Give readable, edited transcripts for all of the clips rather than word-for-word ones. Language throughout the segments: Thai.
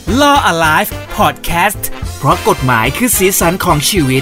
Law Alive Podcast เพราะกฎหมายคือสีสันของชีวิต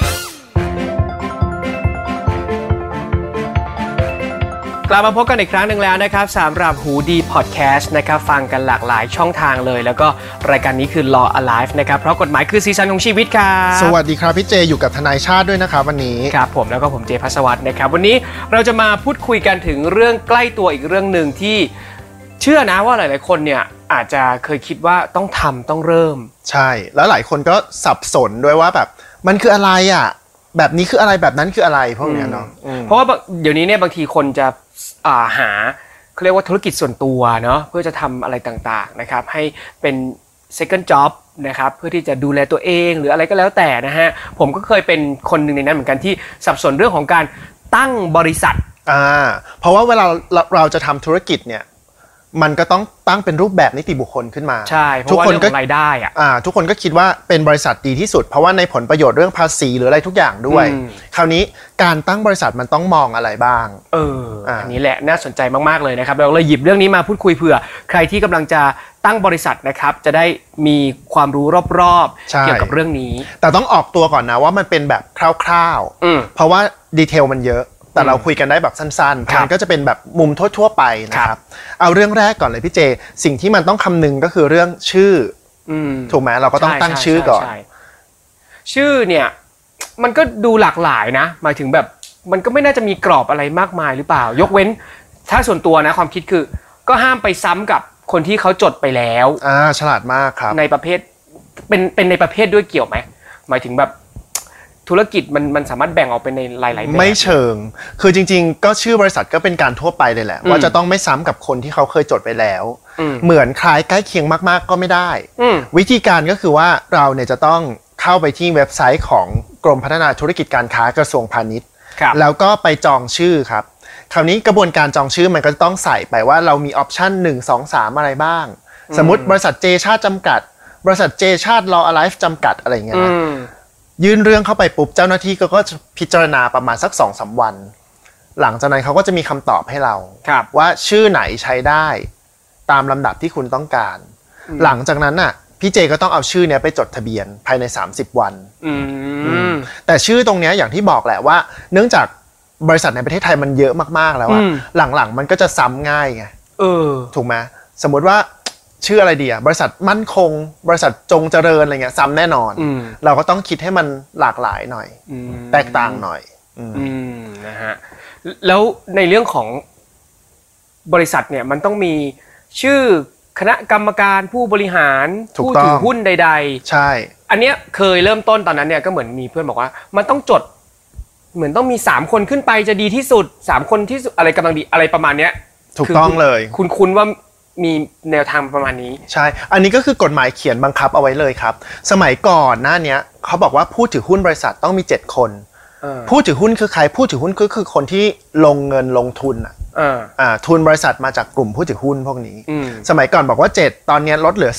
กลับมาพบกันอีกครั้งหนึ่งแล้วนะครับสำหรับหูดีพอดแคสต์นะครับฟังกันหลากหลายช่องทางเลยแล้วก็รายการนี้คือ Law Alive นะครับเพราะกฎหมายคือสีสันของชีวิตครับสวัสดีครับพี่เจอยู่กับทนายชาติด้วยนะครับวันนี้ครับผมแล้วก็ผมเจภัสวัฒน์นะครับวันนี้เราจะมาพูดคุยกันถึงเรื่องใกล้ตัวอีกเรื่องนึงที่เชื่อนะว่าหลายๆคนเนี่ยอาจจะเคยคิดว่าต้องทำต้องเริ่มใช่แล้วหลายคนก็สับสนด้วยว่าแบบมันคืออะไรอ่ะแบบนี้คืออะไรแบบนั้นคืออะไรพวกเนี้ยเนาะเพราะว่าเดี๋ยวนี้เนี่ยบางทีคนจะหาเขาเรียกว่าธุรกิจส่วนตัวเนาะเพื่อจะทำอะไรต่างๆนะครับให้เป็น second job นะครับเพื่อที่จะดูแลตัวเองหรืออะไรก็แล้วแต่นะฮะผมก็เคยเป็นคนหนึ่งในนั้นเหมือนกันที่สับสนเรื่องของการตั้งบริษัทเพราะว่าเวลาเราจะทำธุรกิจเนี่ยมันก็ต้องตั้งเป็นรูปแบบนิติบุคคลขึ้นมาใช่เพราะว่าเรื่องของรายได้ทุกคนก็คิดว่าเป็นบริษัทดีที่สุดเพราะว่าในผลประโยชน์เรื่องภาษีหรืออะไรทุกอย่างด้วยคราวนี้การตั้งบริษัทมันต้องมองอะไรบ้างอันนี้แหละน่าสนใจมากๆเลยนะครับเราเลยหยิบเรื่องนี้มาพูดคุยเผื่อใครที่กำลังจะตั้งบริษัทนะครับจะได้มีความรู้รอบๆเกี่ยวกับเรื่องนี้แต่ต้องออกตัวก่อนนะว่ามันเป็นแบบคร่าวๆเพราะว่าดีเทลมันเยอะแต่เราคุยกันได้แบบสั้นๆมันก็จะเป็นแบบมุมทั่วๆไปนะครับเอาเรื่องแรกก่อนเลยพี่เจสิ่งที่มันต้องคำนึงก็คือเรื่องชื่อถูกไหมเราก็ต้องตั้งชื่อก่อนชื่อเนี่ยมันก็ดูหลากหลายนะหมายถึงแบบมันก็ไม่น่าจะมีกรอบอะไรมากมายหรือเปล่ายกเว้นถ้าส่วนตัวนะความคิดคือก็ห้ามไปซ้ำกับคนที่เขาจดไปแล้วฉลาดมากครับในประเภทเป็นในประเภทด้วยเกี่ยวไหมหมายถึงแบบธุรกิจมันสามารถแบ่งออกเป็นในหลายๆแบบไม่เชิงคือจริงๆก็ชื่อบริษัทก็เป็นการทั่วไปเลยแหละว่าจะต้องไม่ซ้ำกับคนที่เขาเคยจดไปแล้วเหมือนคล้ายใกล้เคียงมากๆก็ไม่ได้วิธีการก็คือว่าเราเนี่ยจะต้องเข้าไปที่เว็บไซต์ของกรมพัฒนาธุรกิจการค้ากระทรวงพาณิชย์แล้วก็ไปจองชื่อครับคราวนี้กระบวนการจองชื่อมันก็ต้องใส่ไปว่าเรามีออปชั่น1 2 3อะไรบ้างสมมติบริษัทเจชาติจำกัดบริษัทเจชาติ Law Alive จำกัดอะไรอย่างเงี้ยนะยื่นเรื่องเข้าไปปุ๊บเจ้าหน้าที่ก็จะพิจารณาประมาณสัก 2-3 วันหลังจากนั้นเขาก็จะมีคำตอบให้เราว่าชื่อไหนใช้ได้ตามลำดับที่คุณต้องการหลังจากนั้นน่ะพี่เจก็ต้องเอาชื่อเนี้ยไปจดทะเบียนภายใน30 วันแต่ชื่อตรงเนี้ยอย่างที่บอกแหละว่าเนื่องจากบริษัทในประเทศไทยมันเยอะมากๆแล้วอะหลังๆมันก็จะซ้ำง่ายไงถูกไหมสมมติว่าชื่ออะไรดีบริษัทมั่นคงบริษัทจงเจริญอะไรเงี้ยซ้ำแน่นอนเราก็ต้องคิดให้มันหลากหลายหน่อยแตกต่างหน่อยนะฮะแล้วในเรื่องของบริษัทเนี่ยมันต้องมีชื่อคณะกรรมการผู้บริหารผู้ถือหุ้นใดๆใช่อันเนี้ยเคยเริ่มต้นตอนนั้นเนี่ยก็เหมือนมีเพื่อนบอกว่ามันต้องจดเหมือนต้องมี3 คนขึ้นไปจะดีที่สุด3 คนที่อะไรกำลังดีอะไรประมาณเนี้ยถูกต้องเลยคุณว่ามีแนวทางประมาณนี้ใช่อันนี้ก็คือกฎหมายเขียนบังคับเอาไว้เลยครับสมัยก่อนหน้านี้เขาบอกว่าผู้ถือหุ้นบริษัทต้องมี7 คนผู้ถือหุ้นคือใครผู้ถือหุ้นก็คือคนที่ลงเงินลงทุนทุนบริษัทมาจากกลุ่มผู้ถือหุ้นพวกนี้สมัยก่อนบอกว่า7ตอนนี้ลดเหลือ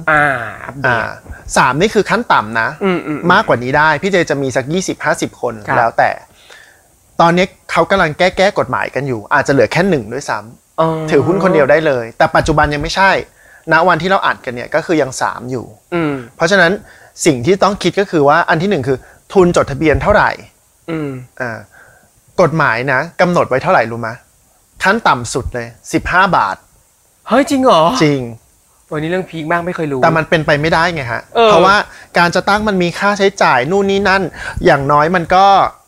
3นี่คือขั้นต่ำนะมากกว่านี้ได้พี่เจจะมีสัก 20-50 คนแล้วแต่ตอนนี้เขากำลังแก้กฎหมายกันอยู่อาจจะเหลือแค่1ด้วยซ้ำถือหุ้นคนเดียวได้เลยแต่ปัจจุบันยังไม่ใช่ณวันที่เราอัดกันเนี่ยก็คือยัง3อยู่เพราะฉะนั้นสิ่งที่ต้องคิดก็คือว่าอันที่1คือทุนจดทะเบียนเท่าไหร่กฎหมายนะกำหนดไว้เท่าไหร่รู้ไหมขั้นต่ำสุดเลย15 บาทเฮ้ยจริงเหรอจริงวันนี้เรื่องพีคมากไม่เคยรู้แต่มันเป็นไปไม่ได้ไงฮะเพราะว่าการจะตั้งมันมีค่าใช้จ่ายนู่นนี่นั่นอย่างน้อยมันก็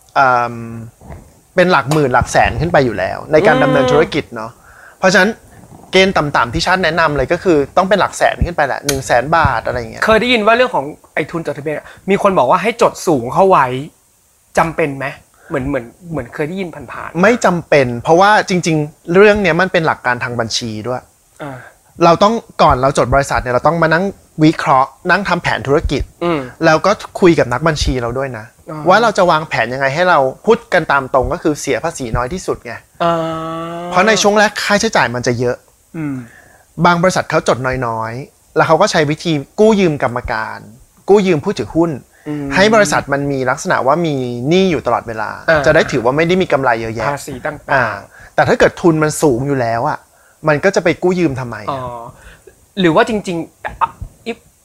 เป็นหลักหมื่นหลักแสนขึ้นไปอยู่แล้วในการดำเนินธุรกิจเนาะเพราะฉะนั้นเกณฑ์ต่ำๆที่ชาติแนะนำเลยก็คือต้องเป็นหลักแสนขึ้นไปแหละ100,000 บาทอะไรอย่างเงี้ยเคยได้ยินว่าเรื่องของไอ้ทุนจดทะเบียนมีคนบอกว่าให้จดสูงเข้าไว้จำเป็นไหมเหมือนเคยได้ยินผ่านๆไม่จำเป็นเพราะว่าจริงๆเรื่องเนี้ยมันเป็นหลักการทางบัญชีด้วยเราต้องก่อนเราจดบริษัทเนี่ยเราต้องมานั่งวิเคราะห์นั่งทำแผนธุรกิจแล้วก็คุยกับนักบัญชีเราด้วยนะว่าเราจะวางแผนยังไงให้เราพูดกันตามตรงก็คือเสียภาษีน้อยที่สุดไงเพราะในช่วงแรกค่าใช้จ่ายมันจะเยอะบางบริษัทเขาจดน้อยๆแล้วเขาก็ใช้วิธีกู้ยืมกรรมการกู้ยืมผู้ถือหุ้นให้บริษัทมันมีลักษณะว่ามีหนี้อยู่ตลอดเวลาจะได้ถือว่าไม่ได้มีกำไรเยอะแยะภาษีต่างๆแต่ถ้าเกิดทุนมันสูงอยู่แล้วอ่ะมันก็จะไปกู้ยืมทำไมหรือว่าจริงๆ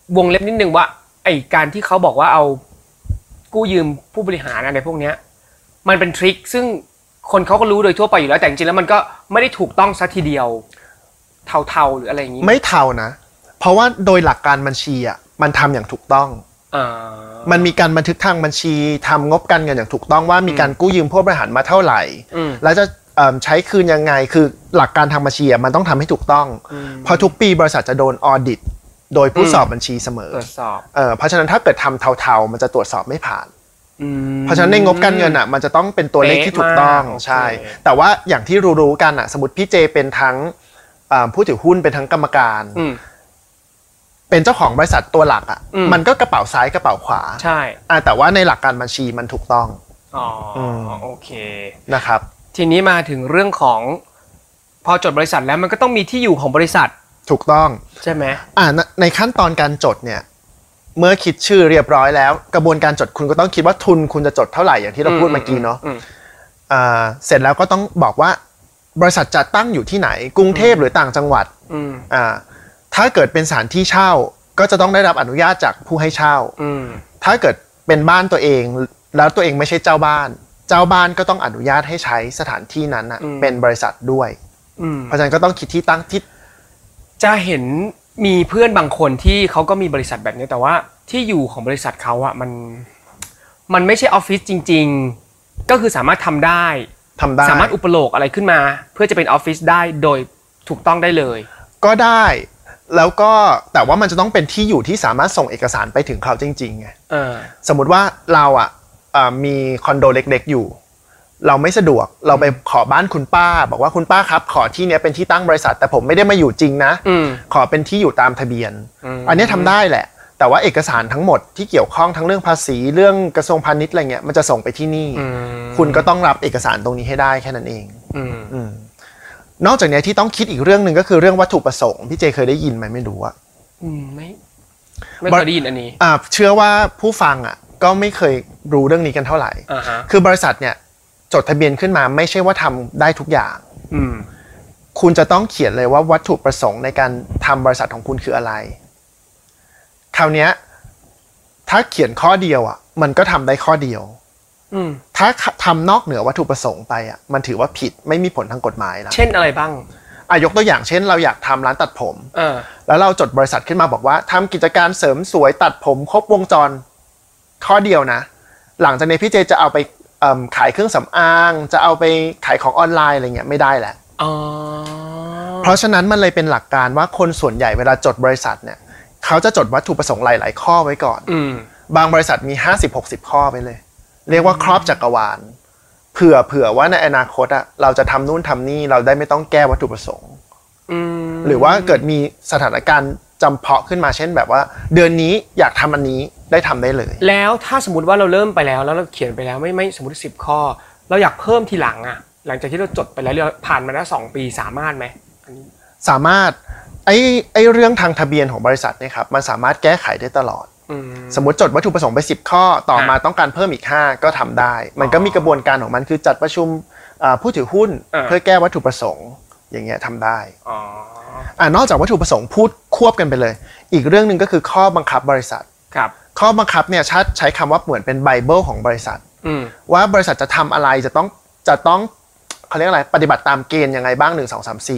วงเล็บนิดนึงว่าไอ้การที่เขาบอกว่าเอากู้ยืมผู้บริหารอะไรพวกเนี้ยมันเป็นทริคซึ่งคนเขาก็รู้โดยทั่วไปอยู่แล้วแต่จริงๆแล้วมันก็ไม่ได้ถูกต้องซะทีเดียวเทาๆหรืออะไรอย่างนี้ไม่เทานะเพราะว่าโดยหลักการบัญชีอ่ะมันทำอย่างถูกต้องมันมีการบันทึกทางบัญชีทำงบการเงินอย่างถูกต้องว่ามีการกู้ยืมผู้บริหารมาเท่าไหร่แล้วจะใช้คืนยังไงคือหลักการทางบัญชีมันต้องทำให้ถูกต้องเพราะทุกปีบริษัทจะโดนออดิตโดยผู้สอบบัญชีเสมอตรวจสอบเพราะฉะนั้นถ้าเกิดทำเทาๆมันจะตรวจสอบไม่ผ่านเพราะฉะนั้นในงบการเงินอ่ะมันจะต้องเป็นตัวเลขที่ถูกต้องใช่แต่ว่าอย่างที่รู้ๆกันอ่ะสมมติพี่เจเป็นทั้งผู้ถือหุ้นเป็นทั้งกรรมการเป็นเจ้าของบริษัทตัวหลักอ่ะมันก็กระเป๋าซ้ายกระเป๋าขวาใช่แต่ว่าในหลักการบัญชีมันถูกต้องโอเคนะครับทีนี้มาถึงเรื่องของพอจดบริษัทแล้วมันก็ต้องมีที่อยู่ของบริษัทถูกต้องใช่ไหมในขั้นตอนการจดเนี่ยเมื่อคิดชื่อเรียบร้อยแล้วกระบวนการจดคุณก็ต้องคิดว่าทุนคุณจะจดเท่าไหร่อย่างที่เราพูดเมื่อกี้เนาะเสร็จแล้วก็ต้องบอกว่าบริษัทจะตั้งอยู่ที่ไหนกรุงเทพหรือต่างจังหวัดถ้าเกิดเป็นสถานที่เช่าก็จะต้องได้รับอนุญาตจากผู้ให้เช่าถ้าเกิดเป็นบ้านตัวเองแล้วตัวเองไม่ใช่เจ้าบ้านก็ต้องอนุญาตให้ใช้สถานที่นั้นเป็นบริษัทด้วยเพราะฉะนั้นก็ต้องคิดที่ตั้งที่จะเห็นมีเพื่อนบางคนที่เขาก็มีบริษัทแบบนี้แต่ว่าที่อยู่ของบริษัทเขาอะมันไม่ใช่ออฟฟิศจริงๆก็คือสามารถทำได้สามารถอุปโลกอะไรขึ้นมาเพื่อจะเป็นออฟฟิศได้โดยถูกต้องได้เลยก็ได้แล้วก็แต่ว่ามันจะต้องเป็นที่อยู่ที่สามารถส่งเอกสารไปถึงเขาจริงๆไงสมมติว่าเราอ่ะมีคอนโดเล็กๆอยู่เราไม่สะดวกเราไปขอบ้านคุณป้าบอกว่าคุณป้าครับขอที่เนี้ยเป็นที่ตั้งบริษัทแต่ผมไม่ได้มาอยู่จริงนะขอเป็นที่อยู่ตามทะเบียนอันนี้ทำได้แหละแต่ว่าเอกสารทั้งหมดที่เกี่ยวข้องทั้งเรื่องภาษีเรื่องกระทรวงพาณิชย์อะไรเงี้ยมันจะส่งไปที่นี่คุณก็ต้องรับเอกสารตรงนี้ให้ได้แค่นั้นเองนอกจากนี้ที่ต้องคิดอีกเรื่องนึงก็คือเรื่องวัตถุประสงค์พี่เจเคยได้ยินไหมไม่รู้อะไม่เคยได้ยินอันนี้เชื่อว่าผู้ฟังอะก็ไม่เคยรู้เรื่องนี้กันเท่าไหร่คือบริษัทเนี่ยจดทะเบียนขึ้นมาไม่ใช่ว่าทำได้ทุกอย่างคุณจะต้องเขียนเลยว่าวัตถุประสงค์ในการทำบริษัทของคุณคืออะไรคราวนี้ถ้าเขียนข้อเดียวอ่ะมันก็ทำได้ข้อเดียวถ้าทำนอกเหนือวัตถุประสงค์ไปอ่ะมันถือว่าผิดไม่มีผลทางกฎหมายนะเช่นอะไรบ้างยกตัวอย่างเช่นเราอยากทำร้านตัดผมแล้วเราจดบริษัทขึ้นมาบอกว่าทำกิจการเสริมสวยตัดผมครบวงจรข้อเดียวนะหลังจากนี้พี่เจจะเอาไปขายเครื่องสำอางจะเอาไปขายของออนไลน์อะไรเงี้ยไม่ได้แหละเพราะฉะนั้นมันเลยเป็นหลักการว่าคนส่วนใหญ่เวลาจดบริษัทเนี่ยเขาจะจดวัตถุประสงค์หลายๆข้อไว้ก่อนบางบริษัทมี 50-60 ข้อไปเลยเรียกว่าครอบจักรวาลเผื่อว่าในอนาคตอะเราจะทำนู่นทำนี่เราได้ไม่ต้องแก้วัตถุประสงค์หรือว่าเกิดมีสถานการณ์จำเพาะขึ้นมาเช่นแบบว่าเดือนนี้อยากทำอันนี้ได้ทำได้เลยแล้วถ้าสมมติว่าเราเริ่มไปแล้วเราเขียนไปแล้วไม่สมมติ10 ข้อเราอยากเพิ่มทีหลังอะหลังจากที่เราจดไปแล้วผ่านมาแล้ว2 ปีสามารถไหมสามารถไอ้เรื่องทางทะเบียนของบริษัทเนี่ยครับมันสามารถแก้ไขได้ตลอดสมมติจดวัตถุประสงค์ไป10 ข้อต่อมาต้องการเพิ่มอีก5ก็ทำได้มันก็มีกระบวนการของมันคือจัดประชุมผู้ถือหุ้นเพื่อแก้วัตถุประสงค์อย่างเงี้ยทำได้นอกจากวัตถุประสงค์พูดควบกันไปเลยอีกเรื่องนึงก็คือข้อบังคับบริษัทข้อบังคับเนี่ยชัดใช้คำว่าเหมือนเป็นไบเบิลของบริษัทว่าบริษัทจะทำอะไรจะต้องเขาเรียกอะไรปฏิบัติตามเกณฑ์ยังไงบ้าง1 2 3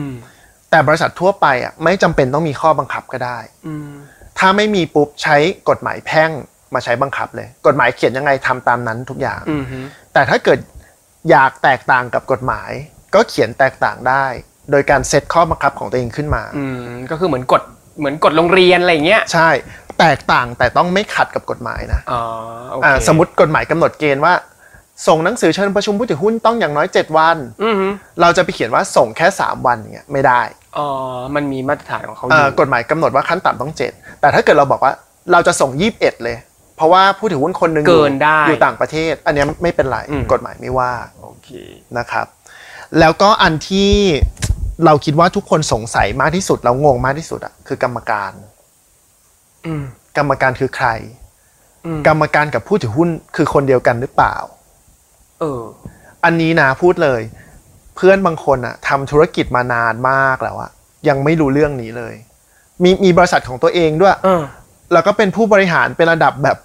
4แต่บริษัททั่วไปอ่ะไม่จำเป็นต้องมีข้อบังคับก็ได้ถ้าไม่มีปุ๊บใช้กฎหมายแพ่งมาใช้บังคับเลยกฎหมายเขียนยังไงทำตามนั้นทุกอย่างแต่ถ้าเกิดอยากแตกต่างกับกฎหมายก็เขียนแตกต่างได้โดยการเซตข้อบังคับของตัวเองขึ้นมาก็คือเหมือนกฎโรงเรียนอะไรเงี้ยใช่แตกต่างแต่ต้องไม่ขัดกับกฎหมายนะสมมติกฎหมายกำหนดเกณฑ์ว่าส่งหนังสือเชิญประชุมผู้ถือหุ้นต้องอย่างน้อย7 วันเราจะไปเขียนว่าส่งแค่3 วันอย่างเงี้ยไม่ได้มันมีมาตรฐานของเขากฎหมายกำหนดว่าขั้นต่ำต้อง7แต่ถ้าเกิดเราบอกว่าเราจะส่ง21เลยเพราะว่าผู้ถือหุ้นคนนึงอยู่ต่างประเทศอันนี้ไม่เป็นไรกฎหมายไม่ว่านะครับแล้วก็อันที่เราคิดว่าทุกคนสงสัยมากที่สุดเรางงมากที่สุดอ่ะคือกรรมการกรรมการคือใครกรรมการกับผู้ถือหุ้นคือคนเดียวกันหรือเปล่าอันนี้นะพูดเลยเพื่อนบางคนอ่ะทำธุรกิจมานานมากแล้วอ่ะยังไม่รู้เรื่องนี้เลยมีบริษัทของตัวเองด้วยแล้วก็เป็นผู้บริหารเป็นระดับแบบ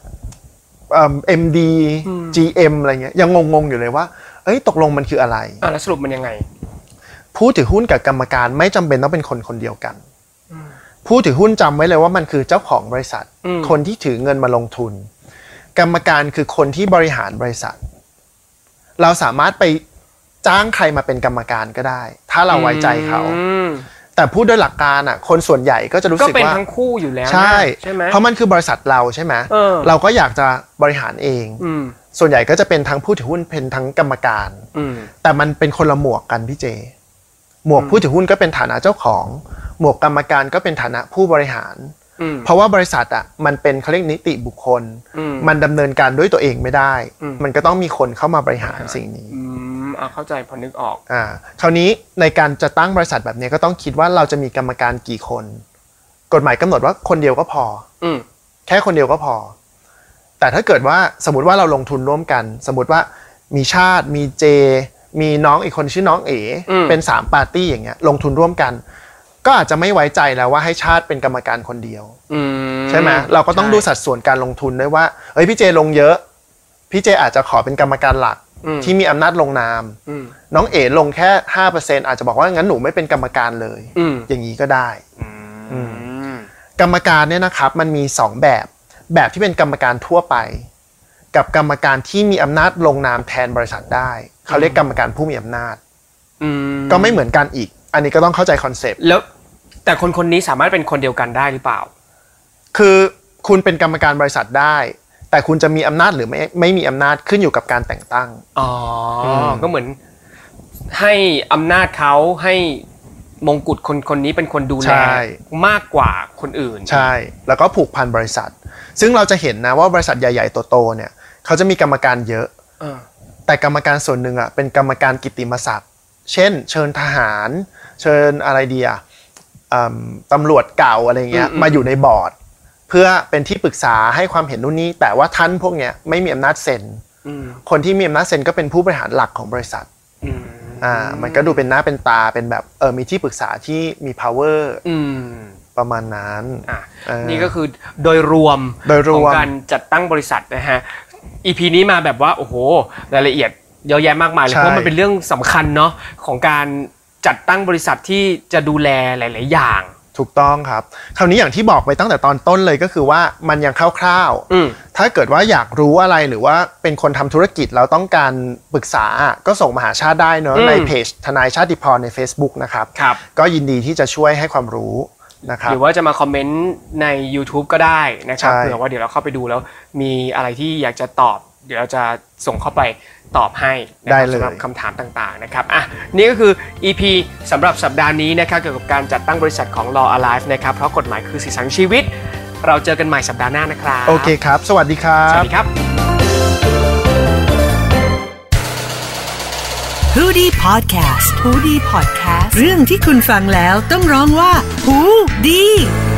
MD GM อะไรเงี้ยยังงงๆอยู่เลยว่าตกลงมันคืออะไรแล้วสรุปมันยังไงผู้ถือหุ้นกับกรรมการไม่จำเป็นต้องเป็นคนเดียวกันผู้ถือหุ้นจำไว้เลยว่ามันคือเจ้าของบริษัทคนที่ถือเงินมาลงทุนกรรมการคือคนที่บริหารบริษัทเราสามารถไปจ้างใครมาเป็นกรรมการก็ได้ถ้าเราไว้ใจเขาแต่พูดโดยหลักการอ่ะคนส่วนใหญ่ก็จะรู้สึกว่าก็เป็นทั้งคู่อยู่แล้วใช่ไหมเพราะมันคือบริษัทเราใช่ไหมเราก็อยากจะบริหารเองส่วนใหญ่ก็จะเป็นทั้งผู้ถือหุ้นเป็นทั้งกรรมการแต่มันเป็นคนละหมวกกันพี่เจหมวกผู้ถือหุ้นก็เป็นฐานะเจ้าของหมวกกรรมการก็เป็นฐานะผู้บริหารเพราะว่าบริษัทอ่ะมันเป็นเขาเรียกนิติบุคคลมันดำเนินการด้วยตัวเองไม่ได้มันก็ต้องมีคนเข้ามาบริหารสิ่งนี้เข้าใจพอนึกออกคราวนี้ในการจะตั้งบริษัทแบบนี้ก็ต้องคิดว่าเราจะมีกรรมการกี่คนกฎหมายกำหนดว่าคนเดียวก็พอแค่คนเดียวก็พอแต่ถ้าเกิดว่าสมมติว่าเราลงทุนร่วมกันสมมติว่ามีชาติมีเจมีน้องอีกคนชื่อน้องเอ๋เป็น3ปาร์ตี้อย่างเงี้ยลงทุนร่วมกันก็อาจจะไม่ไว้ใจแล้วว่าให้ชาติเป็นกรรมการคนเดียวใช่ไหมเราก็ต้องดูสัดส่วนการลงทุนด้วยว่าพี่เจลงเยอะพี่เจอาจจะขอเป็นกรรมการหลักที่มีอำนาจลงนามน้องเอ๋ลงแค่ 5% อาจจะบอกว่างั้นหนูไม่เป็นกรรมการเลยอย่างนี้ก็ได้กรรมการเนี่ยนะครับมันมี2แบบที่เป็นกรรมการทั่วไปกับกรรมการที่มีอำนาจลงนามแทนบริษัทได้เขาเรียกกรรมการผู้มีอำนาจก็ไม่เหมือนกันอีกอันนี้ก็ต้องเข้าใจคอนเซปต์แล้วแต่คนนี้สามารถเป็นคนเดียวกันได้หรือเปล่าคือคุณเป็นกรรมการบริษัทได้แต่คุณจะมีอำนาจหรือไม่มีอำนาจขึ้นอยู่กับการแต่งตั้งก็เหมือนให้อำนาจเขาให้มงกุฎคนนี้เป็นคนดูแลมากกว่าคนอื่นใช่แล้วก็ผูกพันบริษัทซึ่งเราจะเห็นนะว่าบริษัทใหญ่ๆโตๆเนี่ยเขาจะมีกรรมการเยอะแต่กรรมการส่วนหนึ่งอ่ะเป็นกรรมการกิตติมศักดิ์เช่นเชิญทหารเชิญอะไรดีอ่ะตำรวจเก่าอะไรเงี้ยมาอยู่ในบอร์ดเพื่อเป็นที่ปรึกษาให้ความเห็นนู่นนี่แต่ว่าท่านพวกเนี้ยไม่มีอำนาจเซ็นคนที่มีอำนาจเซ็นก็เป็นผู้บริหารหลักของบริษัทมันก็ดูเป็นหน้าเป็นตาเป็นแบบมีที่ปรึกษาที่มี power ประมาณนั้นนี่ก็คือโดยรวมของการจัดตั้งบริษัทนะฮะ EP นี้มาแบบว่าโอ้โหรายละเอียดเยอะแยะมากมายเลยเพราะมันเป็นเรื่องสำคัญเนาะของการจัดตั้งบริษัทที่จะดูแลหลายๆอย่างถูกต้องครับคราวนี้อย่างที่บอกไปตั้งแต่ตอนต้นเลยก็คือว่ามันยังคร่าวๆถ้าเกิดว่าอยากรู้อะไรหรือว่าเป็นคนทำธุรกิจแล้วต้องการปรึกษาก็ส่งมาหาชาติได้เนอะในเพจทนายชาติพรใน Facebook นะครับก็ยินดีที่จะช่วยให้ความรู้นะครับหรือว่าจะมาคอมเมนต์ใน YouTube ก็ได้นะครับเผื่อว่าเดี๋ยวเราเข้าไปดูแล้วมีอะไรที่อยากจะตอบเดี๋ยวเราจะส่งเข้าไปตอบให้สำหรับคำถามต่างๆนะครับนี่ก็คือ EP สำหรับสัปดาห์นี้นะครับเกี่ยวกับการจัดตั้งบริษัทของ Law Alive นะครับเพราะกฎหมายคือสีสันชีวิตเราเจอกันใหม่สัปดาห์หน้านะครับโอเคครับสวัสดีครับสวัสดีครับ Hoodie Podcast เรื่องที่คุณฟังแล้วต้องร้องว่าหูดี